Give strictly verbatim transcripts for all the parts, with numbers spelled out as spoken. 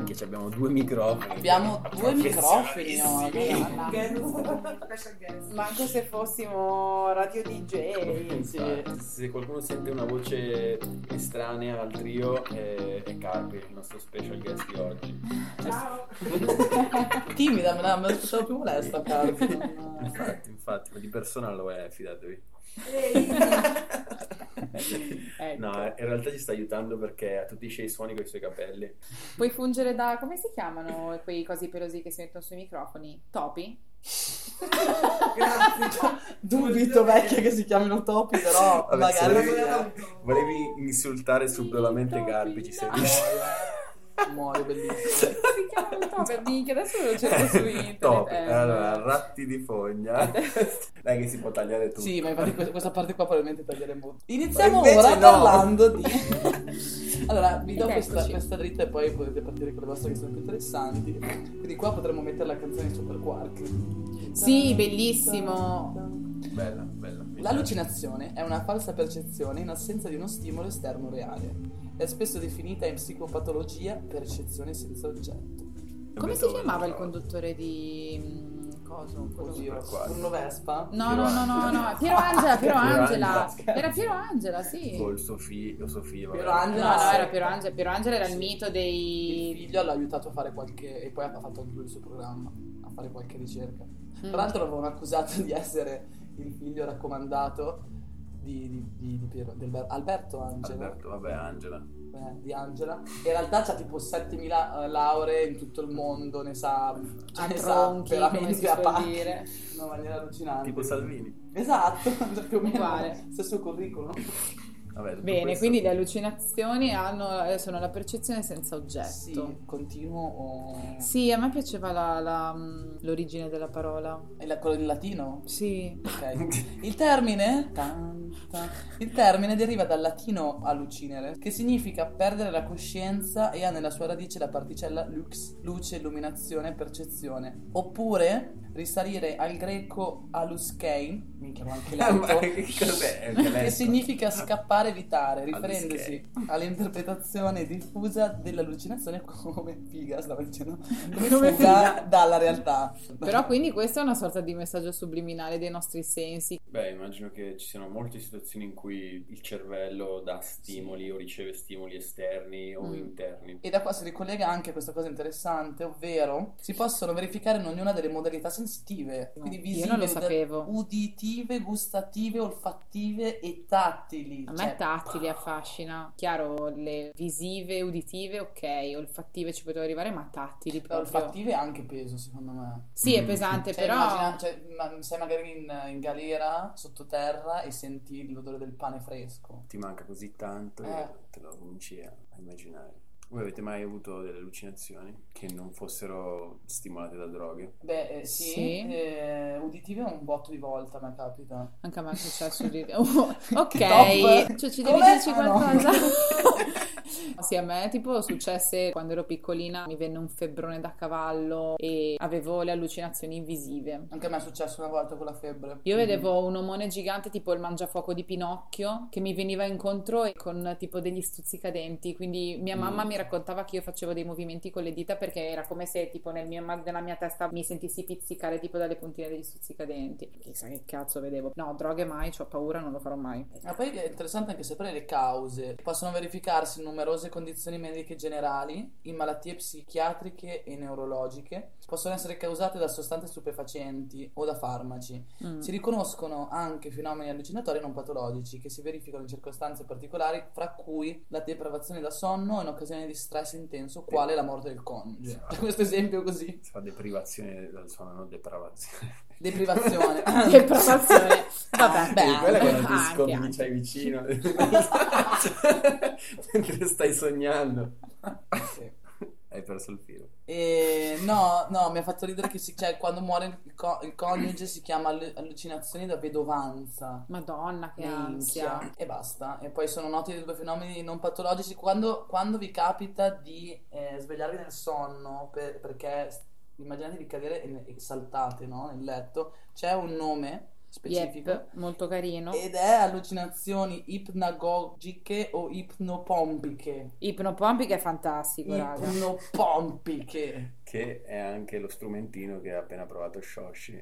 minchia, abbiamo due microfoni. Abbiamo due microfoni oggi. Manco se fossimo radio D J. Sì. Se qualcuno sente una voce estranea al trio è, è Carpi, il nostro special guest di oggi. Ciao. Timida, me la me l'aspettavo più molesta, Carpi. Infatti, infatti, ma di persona lo è, fidatevi. Ecco. No, in realtà ci sta aiutando perché ha tutti i scei suoni con i suoi capelli. Puoi fungere da, come si chiamano quei cosi pelosi che si mettono sui microfoni? Topi? Grazie. Dubito vecchia che si chiamino topi, però Vabbè, magari volevi, sì, eh. volevi insultare subdolamente Garbi, ci sei no. riuscito. Muore, bellissimo. Si chiamano topi, minchia, adesso lo cerco su internet. Top. Eh, Allora, ratti di fogna. Dai che si può tagliare tutto. Sì, ma infatti questa, questa parte qua probabilmente taglieremo. Iniziamo Ma invece ora no. parlando di... Allora, vi do Ed questa, eccoci. questa dritta e poi potete partire con le vostre che sono più interessanti. Quindi qua potremmo mettere la canzone di Super Quark. Sì, bellissimo. Bella, bella. Mi L'allucinazione è una falsa percezione in assenza di uno stimolo esterno reale. È spesso definita in psicopatologia percezione senza oggetto. piace. Come si Vedo- chiamava il conduttore di... mm, Coso? quello- Oddio, Super Quark. Bruno Vespa? No, no, no, no, no, Piero Angela, Piero Piero Angela. Angela. Era Piero Angela, sì. Col suo figlio, suo figlio. Piero vabbè. No, Angela. no, era Piero Angela. Piero Angela era il Sì. mito Il dei... figlio l'ha aiutato a fare qualche... e poi ha fatto anche lui il suo programma, a fare qualche ricerca. Mm. Tra l'altro l'avevano accusato di essere il figlio raccomandato di, di, di, di Piero, del Ber- Alberto Angela. Alberto, vabbè, Angela. Eh, di Angela. In realtà c'ha tipo settemila eh, lauree in tutto il mondo, ne sa, cioè, A ne sa tronchi, come veramente si a suol pacchi, dire. in una maniera allucinante. Tipo Salvini. Esatto, più o meno Uguale. stesso curriculum. Vabbè, tutto Bene, questo- quindi le allucinazioni hanno, eh, sono la percezione senza Sì, oggetto. continuo o... Sì, a me piaceva la- la, mm, l'origine della parola. È la- quello in latino? Sì. Ok. Il termine tan, tan, il termine deriva dal latino allucinere, che significa perdere la coscienza e ha nella sua radice la particella lux, luce, illuminazione, percezione. Oppure risalire al greco aluskein, minchia l'ho anche Ma letto, che cos'è? È un dialetto? che significa scappare, evitare, riferendosi Aluskein. all'interpretazione diffusa dell'allucinazione come figa, stavo dicendo, come Come fuga figa. dalla realtà. Però quindi questa è una sorta di messaggio subliminale dei nostri sensi. Beh, immagino che ci siano molte situazioni in cui il cervello dà stimoli o riceve stimoli esterni o Mm. interni. E da qua si ricollega anche questa cosa interessante, ovvero si possono verificare in ognuna delle modalità sensitive, quindi Io visive, non lo sapevo. uditive, gustative, olfattive e tattili. A me Cioè, tattili affascina. Chiaro, le visive, uditive, ok, olfattive ci potevo arrivare, ma tattili le proprio. olfattive ha anche peso, secondo me. Sì, è Mm. pesante, Cioè, però... immagina, cioè, ma- sei magari in, in galera, sottoterra e senti l'odore del pane fresco. Ti manca così tanto Eh. e te lo cominci a a immaginare. Voi avete mai avuto delle allucinazioni che non fossero stimolate da droghe? Beh, eh, sì, Sì. eh, uditive un botto di volta, mi capita. Anche a me è successo di... Oh, ok, Che top. cioè ci devi Com'è? dirci Ah, no. qualcosa? Sì, a me tipo successe quando ero piccolina, mi venne un febbrone da cavallo e avevo le allucinazioni visive. Anche a me è successo una volta con la febbre. Io vedevo un omone gigante tipo il mangiafuoco di Pinocchio che mi veniva incontro e con tipo degli stuzzicadenti, quindi mia mamma Mm. mi raccontava che io facevo dei movimenti con le dita perché era come se tipo nel mio- nella mia testa mi sentissi pizzicare tipo dalle puntine degli stuzzicadenti. Chissà che cazzo vedevo. No, droghe mai, ho paura, non lo farò mai. Ma poi è interessante anche sapere le cause. Possono verificarsi in numerose condizioni mediche generali, in malattie psichiatriche e neurologiche. Possono essere causate da sostanze stupefacenti o da farmaci. Mm. Si riconoscono anche fenomeni allucinatori non patologici che si verificano in circostanze particolari, fra cui la depravazione da sonno in occasione di stress intenso, quale la morte del coniuge. C'è questo esempio così. Si fa deprivazione dal sonno, non depravazione. Deprivazione. Depravazione. Vabbè, beh, Eh, quella è quando ti anche, scombini, anche. c'hai vicino mentre stai sognando. Sì. Hai perso il filo. E no, no, mi ha fatto ridere che si, cioè, quando muore il, co- il coniuge si chiama allu- allucinazioni da vedovanza. Madonna, che Minchia. ansia. E basta. E poi sono noti dei due fenomeni non patologici. Quando, quando vi capita di eh, svegliarvi nel sonno, per- perché immaginate di cadere e, e saltate, no, nel letto, c'è un nome specifico. Yep, molto carino. Ed è allucinazioni ipnagogiche o ipnopompiche. Ipnopompiche è fantastico, raga. Ipnopompiche. Che è anche lo strumentino che ha appena provato Shoshi.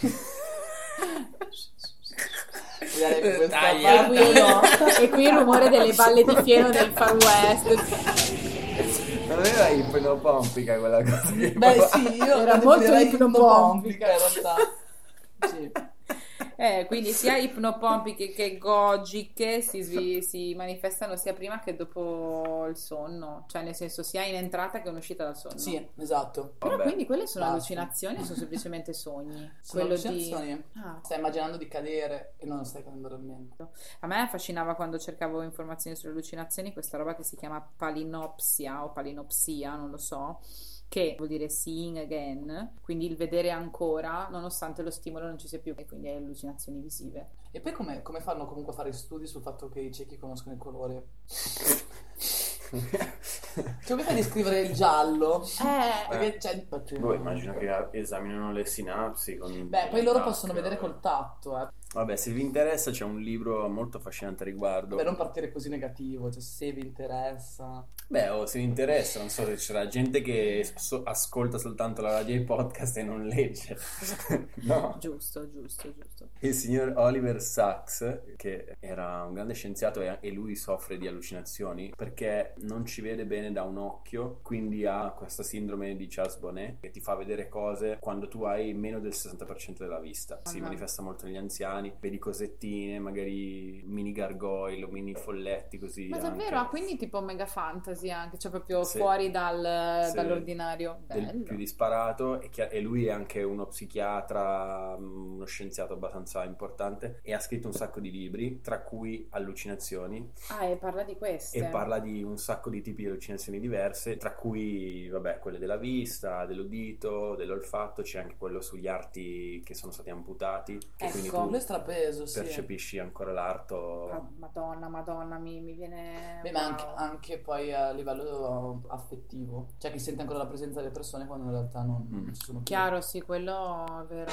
Taglia. E qui, no. E qui il rumore delle balle di fieno del Far West. Non era ipnopompica quella cosa che Beh sì, io Era la molto definirei ipnopompica. in realtà. Sì. Eh, quindi sia ipnopompiche che gogiche si, svi- si manifestano sia prima che dopo il sonno, cioè nel senso sia in entrata che in uscita dal sonno. Sì, esatto. Però Vabbè, quindi quelle sono basta. allucinazioni o sono semplicemente sogni? Sono Quello di... allucinazioni. Ah. Stai immaginando di cadere e non stai cadendo realmente. A me affascinava quando cercavo informazioni sulle allucinazioni questa roba che si chiama palinopsia o palinopsia, non lo so, che vuol dire seeing again, quindi il vedere ancora nonostante lo stimolo non ci sia più, e quindi hai allucinazioni visive. E poi come, come fanno comunque a fare studi sul fatto che i ciechi conoscono il colore? Cioè, come fai a descrivere il giallo? Eh, Perché, cioè, Boh, immagino che esaminano le sinapsi con... Beh, poi loro con possono tatto, vedere col tatto, eh. Vabbè, se vi interessa c'è un libro molto affascinante a riguardo. Vabbè, non partire così negativo, cioè se vi interessa. Beh, o se vi interessa, non so se c'era gente che so- ascolta soltanto la radio e i podcast e non legge. No. giusto, giusto, giusto. Il signor Oliver Sacks, che era un grande scienziato e e lui soffre di allucinazioni perché non ci vede bene da un occhio, quindi ha questa sindrome di Charles Bonnet che ti fa vedere cose quando tu hai meno del sessanta per cento della vista. Si Ah. manifesta molto negli anziani, vedi cosettine, magari mini gargoyle o mini folletti così. Ma anche. davvero? Ah, quindi tipo mega fantasy anche, cioè proprio Sì. fuori dal, Sì. dall'ordinario. Del Bello. più disparato e, chi- e lui è anche uno psichiatra, mh, uno scienziato abbastanza importante e ha scritto un sacco di libri, tra cui allucinazioni, Ah, e parla di queste. e parla di un sacco di tipi di allucinazioni diverse, tra cui vabbè quelle della vista, dell'udito, dell'olfatto, c'è anche quello sugli arti che sono stati amputati, che Ecco. quindi Quello è tu strapeso, sì. percepisci ancora l'arto. Ah, Madonna, Madonna, mi, mi viene... Beh, ma wow. anche, anche poi a livello affettivo, cioè che sente ancora la presenza delle persone quando in realtà non, non Mm. ci sono più. Chiaro, sì, quello è vero.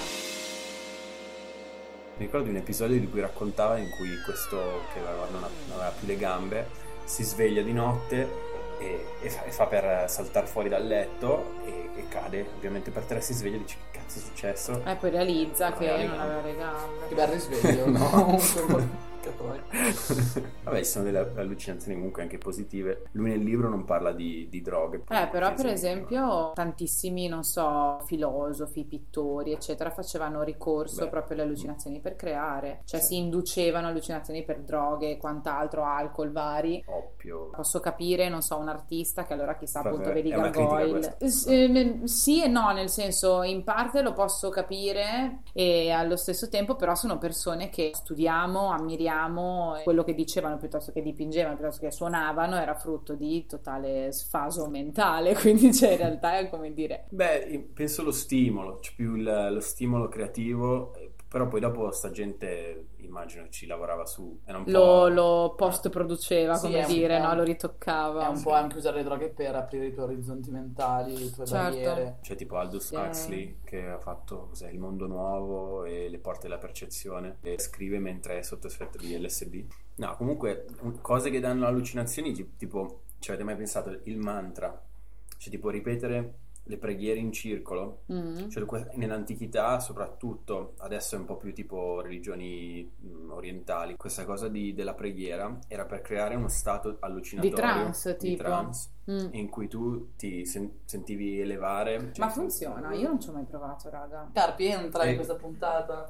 Mi ricordo di un episodio di cui raccontava in cui questo che aveva, non, non aveva più le gambe si sveglia di notte e, e fa, e fa per saltare fuori dal letto e, e cade ovviamente per terra, si sveglia e dice che cazzo è successo. E poi realizza Non che aveva le non gambe. aveva le gambe. Che bel risveglio. No. Comunque, che poi. Vabbè, ci sono delle allucinazioni comunque anche positive. Lui nel libro non parla di, di droghe. Eh, però Che per esempio tantissimi, non so, filosofi, pittori, eccetera, facevano ricorso Beh. proprio alle allucinazioni per creare. Cioè Sì. si inducevano allucinazioni per droghe e quant'altro, alcol vari. Oppio. Posso capire, non so, un artista che allora chissà, Vabbè, appunto vedi è una critica Gargoyle. questa. S- ehm, sì e no, nel senso, in parte lo posso capire e allo stesso tempo però sono persone che studiamo, ammiriamo, e quello che dicevano piuttosto che dipingevano, piuttosto che suonavano era frutto di totale sfaso mentale, quindi cioè in realtà è come dire... Beh, penso lo stimolo, c'è più il- lo stimolo creativo, eh, però poi dopo sta gente immagino che ci lavorava su. Era un po'... Lo, lo post-produceva, Sì, come è un dire, po'- no? Lo È ritoccava. un po' anche usare le droghe per aprire i tuoi orizzonti mentali, le tue Certo. barriere. C'è tipo Aldous Sì. Huxley che ha fatto cos'è, Il mondo nuovo e Le porte della percezione e scrive mentre è sotto effetto di L S D. No, comunque un- cose che danno allucinazioni, ti- tipo, ci avete mai pensato il mantra? Cioè tipo ripetere le preghiere in circolo? Mm. Cioè, que- nell'antichità soprattutto, adesso è un po' più tipo religioni mh, orientali, questa cosa di- della preghiera era per creare uno stato allucinatorio Di trance, di tipo. trance, Mm. in cui tu ti sen- sentivi elevare. Ma funziona? Io non ci ho mai provato, raga. Carpi, entra Eh. in questa puntata.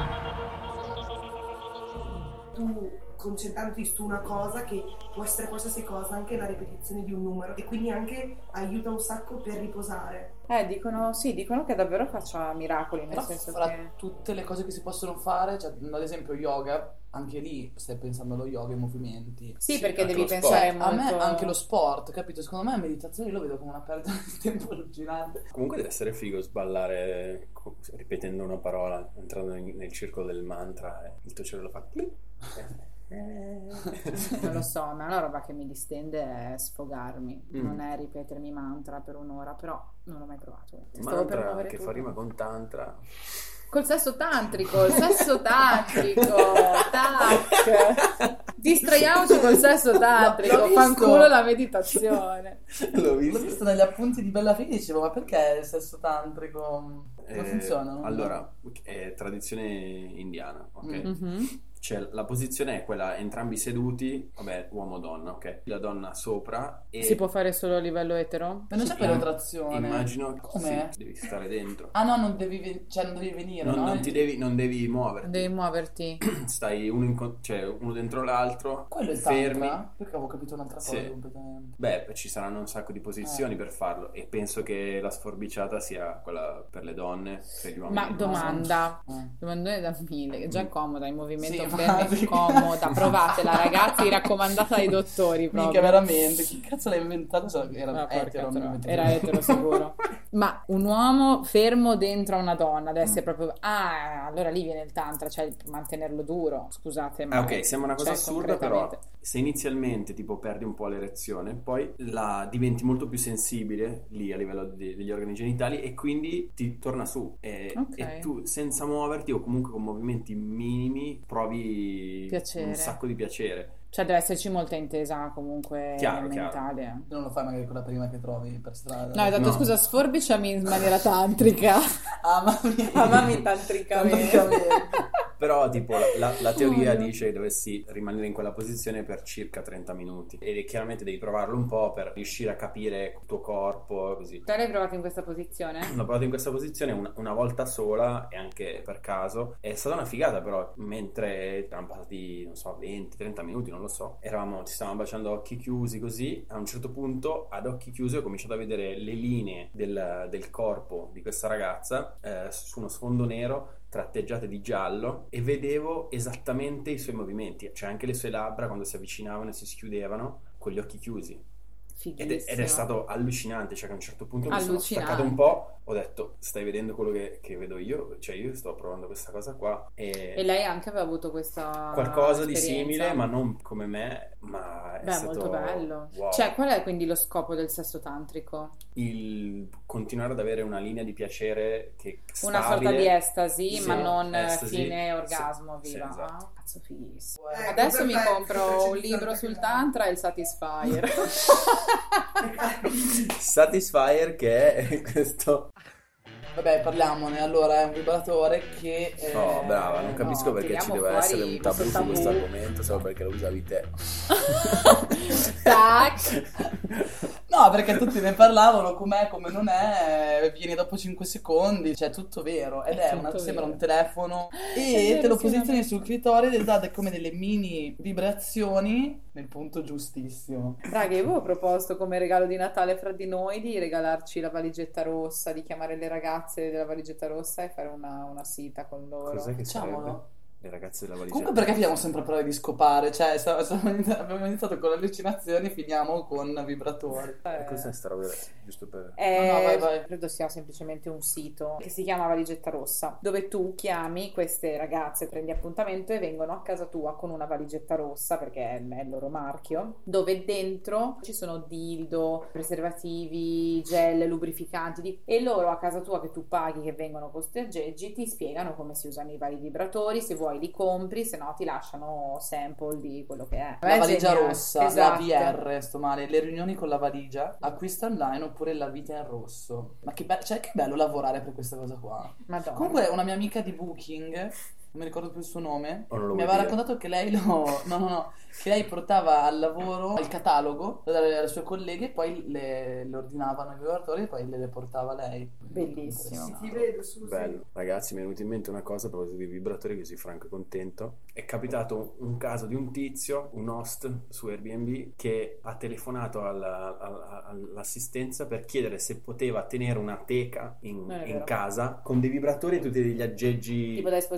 Tu concentrandoti su una cosa che può essere qualsiasi cosa, anche la ripetizione di un numero, e quindi anche aiuta un sacco per riposare. Eh, dicono, sì, dicono che davvero faccia miracoli, nel Però senso fra che... tutte le cose che si possono fare, cioè, ad esempio yoga, anche lì stai pensando allo yoga e ai movimenti. Sì, Sì, perché anche devi lo pensare Cioè, a me molto... anche lo sport, capito? Secondo me la meditazione io lo vedo come una perdita di tempo allucinante. Comunque deve essere figo sballare co- ripetendo una parola, entrando in- nel circolo del mantra e il tuo cervello fa clic. Non lo so, a me è una roba che mi distende è sfogarmi, Mm. non è ripetermi mantra per un'ora, però non l'ho mai provato. Stavo per Mantra muovere che tutto. fa rima con tantra. Col sesso tantrico, il sesso tantrico, tac. Distraiamoci col sesso tantrico, L'ho visto. fanculo la meditazione. L'ho L'ho visto. visto negli appunti di Bella Fede, dicevo, ma perché il sesso tantrico come Eh, funziona? No? Allora, è tradizione indiana, ok? Mm. Mhm. Cioè, la posizione è quella, entrambi seduti, vabbè, uomo-donna, ok? La donna sopra e... Si può fare solo a livello etero? Ma non c'è Sì, penetrazione. Immagino che Com'è? sì, devi stare dentro. Ah no, non devi, ven- cioè, non devi venire, Non, no? non ti devi, non devi muoverti. Devi muoverti. Stai uno, in con- cioè, uno dentro l'altro, Quello è il fermi. tantra? Perché avevo capito un'altra cosa Sì. completamente. Beh, ci saranno un sacco di posizioni Eh. per farlo e penso che la sforbiciata sia quella per le donne, per gli uomini. Ma no. domanda, Eh. domandone da mille, che già è comoda, il movimento Sì, fermo infatti. è comoda, provatela ragazzi, raccomandata ai dottori Minchia, proprio. veramente, chi cazzo l'ha inventato? Cioè, Era Ah, porca etero, troia. mi metto- Era etero sicuro. Ma un uomo fermo dentro a una donna deve essere proprio, ah, allora lì viene il tantra, cioè il mantenerlo duro, scusate, ma Ah, ok, sembra una cosa cioè, assurda, però concretamente. se inizialmente tipo perdi un po' l'erezione, poi la diventi molto più sensibile lì a livello di- degli organi genitali e quindi ti torna su e, Ok. e tu senza muoverti o comunque con movimenti minimi provi Piacere. un sacco di piacere. Cioè deve esserci molta intesa comunque Chiaro, chiaro. mentale. Non lo fai magari con la prima che trovi per strada. No, esatto, No. scusa, sforbiciami in maniera tantrica. Amami. Amami tantricamente. Tantricamente. Però tipo la, la teoria Oddio. dice che dovessi rimanere in quella posizione per circa trenta minuti e chiaramente devi provarlo un po' per riuscire a capire il tuo corpo così. Te l'hai provato in questa posizione? L'ho provato in questa posizione una, una volta sola e anche per caso. È stata una figata però, mentre erano passati, non so, venti trenta minuti, non lo so. Eravamo, ci stavamo baciando a occhi chiusi così. A un certo punto, ad occhi chiusi, ho cominciato a vedere le linee del, del corpo di questa ragazza eh, su uno sfondo nero tratteggiate di giallo e vedevo esattamente i suoi movimenti, cioè anche le sue labbra quando si avvicinavano e si schiudevano con gli occhi chiusi. Ed è, Fighissimo. ed è stato allucinante, cioè che a un certo punto mi sono Allucinante. staccato un po', ho detto stai vedendo quello che, che vedo io, cioè io sto provando questa cosa qua e, E lei anche aveva avuto questa qualcosa di esperienza? simile, ma non come me, ma è Beh, stato molto bello. wow. Cioè, qual è quindi lo scopo del sesso tantrico? Il continuare ad avere una linea di piacere che Una stabile. sorta di estasi, Sì, ma non estasi. fine Sì, orgasmo, sì, viva. esatto. Ah, cazzo fighissimo. Ecco, Adesso mi perfetto, compro perché un ci libro sta sul anche tantra e il Satisfyer. Satisfyer che è questo. Vabbè, parliamone. Allora, è un vibratore che... eh, Oh, brava, non capisco no, perché ci tiriamo deve fuori essere un tabù questo su questo tabù. argomento solo perché lo usavi te. Tac. No, perché tutti ne parlavano, com'è, come non è, viene dopo cinque secondi, cioè tutto vero, ed È è, una, tutto sembra vero. un telefono È e vero, te lo sì, posizioni vabbè. sul clitoride ed dà come delle mini vibrazioni nel punto giustissimo. Raga, io avevo proposto come regalo di Natale fra di noi di regalarci la valigetta rossa, di chiamare le ragazze della valigetta rossa e fare una, una sita con loro. Cos'è che Facciamolo. sarebbe? Le ragazze della valigetta. Comunque perché finiamo sempre a parlare di scopare? Cioè, sta- stiamo inizi- abbiamo iniziato con le allucinazioni, finiamo con vibratori. E cos'è sta roba? Giusto per... Eh, No, no, vai, vai. Credo sia semplicemente un sito che si chiama Valigetta Rossa, dove tu chiami queste ragazze, prendi appuntamento e vengono a casa tua con una valigetta rossa, perché è il loro marchio, dove dentro ci sono dildo, preservativi, gel, lubrificanti di- e loro a casa tua che tu paghi, che vengono con questi aggeggi, ti spiegano come si usano i vari vibratori, se vuoi li compri, se no ti lasciano sample di quello che è. La È valigia geniale. rossa, Esatto. la V R, sto male, le riunioni con la valigia, acquista online oppure la vita in rosso. Ma che, be- cioè, che bello lavorare per questa cosa qua. Madonna. Comunque una mia amica di Booking, non mi ricordo più il suo nome, O non lo mi vuoi aveva dire? raccontato che lei lo no, no, no, che lei portava al lavoro il catalogo da dare alle sue colleghe e poi le, le ordinavano i vibratori e poi le, le portava lei. Bellissimo. Ti vedo, Susi. Bello. Ragazzi, mi è venuta in mente una cosa a proposito di vibratori, così franco e contento. È capitato un caso di un tizio, un host su Airbnb, che ha telefonato alla- alla- all'assistenza per chiedere se poteva tenere una teca in, Non è in vero. casa con dei vibratori e tutti degli aggeggi Tipo da esposizione.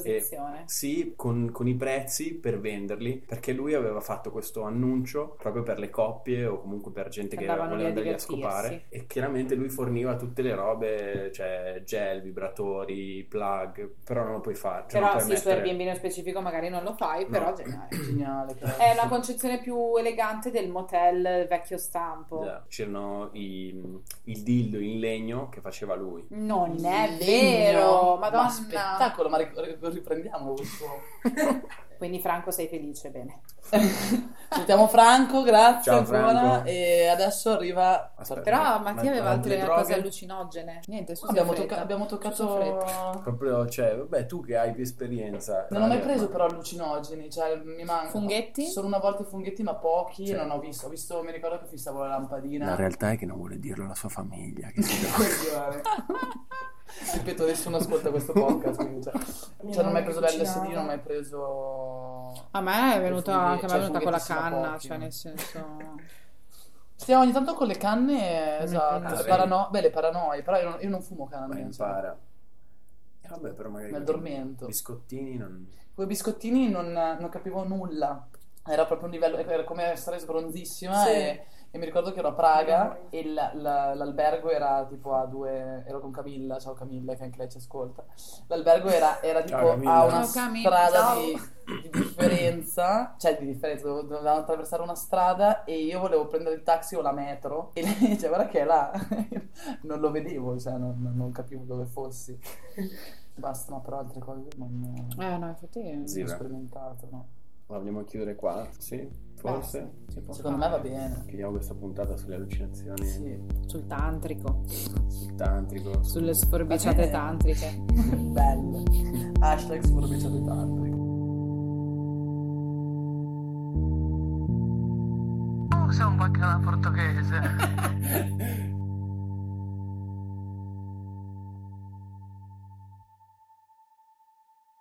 allucinazione. Sì, con, con i prezzi per venderli, perché lui aveva fatto questo annuncio proprio per le coppie o comunque per gente che Andavano voleva lì a andare a divertirsi. scopare, e chiaramente lui forniva tutte le robe, cioè gel, vibratori, plug, però non lo puoi fare. Cioè Però non sì, puoi su mettere... Airbnb nello specifico magari non lo fai, però geniale. Geniale. però. È una concezione più elegante del motel vecchio stampo. Già. C'erano i, il dildo in legno che faceva lui. Non è Legno. vero, Ma madonna. spettacolo, ma ric- riprendiamo questo. Quindi Franco sei felice, bene. Salutiamo Franco, grazie Ciao, ancora. Franco. E adesso arriva. Aspetta. Però Ma- Mattia ma- aveva ma altre le droghe? cose allucinogene. Niente, su Abbiamo, fretta. tocca- abbiamo Su toccato. fretta. Proprio, cioè, vabbè, tu che hai più esperienza. Non ho mai raga, preso ma- però allucinogeni, cioè mi manca. Funghetti? Solo una volta i funghetti, ma pochi. Cioè. Non ho visto. Ho visto, mi ricordo che fissavo la lampadina. La realtà è che non vuole dirlo alla sua famiglia. Che si Coglione. Ripeto, nessuno ascolta questo podcast. Quindi, cioè, cioè, non ho mai preso l'L S D, non ho mai preso. A me è venuta, funghetti, anche a me cioè, è venuta con la funghetti sono canna, pochi. cioè nel senso... Stiamo ogni tanto con le canne, esatto. prendo. Le parano- Beh, le paranoie, però io non, io non fumo Ma canne. impara. E vabbè, però magari Mi con i addormento. biscottini non... Con i biscottini non, non capivo nulla. Era proprio un livello, era come essere sbronzissima Sì. e, e mi ricordo che ero a Praga e la- la- l'albergo era tipo a due, ero con Camilla, ciao Camilla che anche lei ci ascolta. L'albergo era, era tipo Ciao, Camilla. a una Ciao, Camilla. strada Ciao. di, di differenza, cioè di differenza, dovevo- dovevamo attraversare una strada e io volevo prendere il taxi o la metro e lei dice guarda che è là, non lo vedevo, cioè non, non capivo dove fossi. Basta, no, però altre cose non, non Eh no, infatti... ho Zero. sperimentato, no. Vogliamo chiudere qua? Sì? Forse? Si può Secondo fare. me va bene. Chiudiamo questa puntata sulle allucinazioni, Sì. Sul tantrico, sul tantrico, sul- sulle sforbiciate Eh. tantriche. Bello. Hashtag sforbiciate tantriche. Tu sei un baccalà portoghese.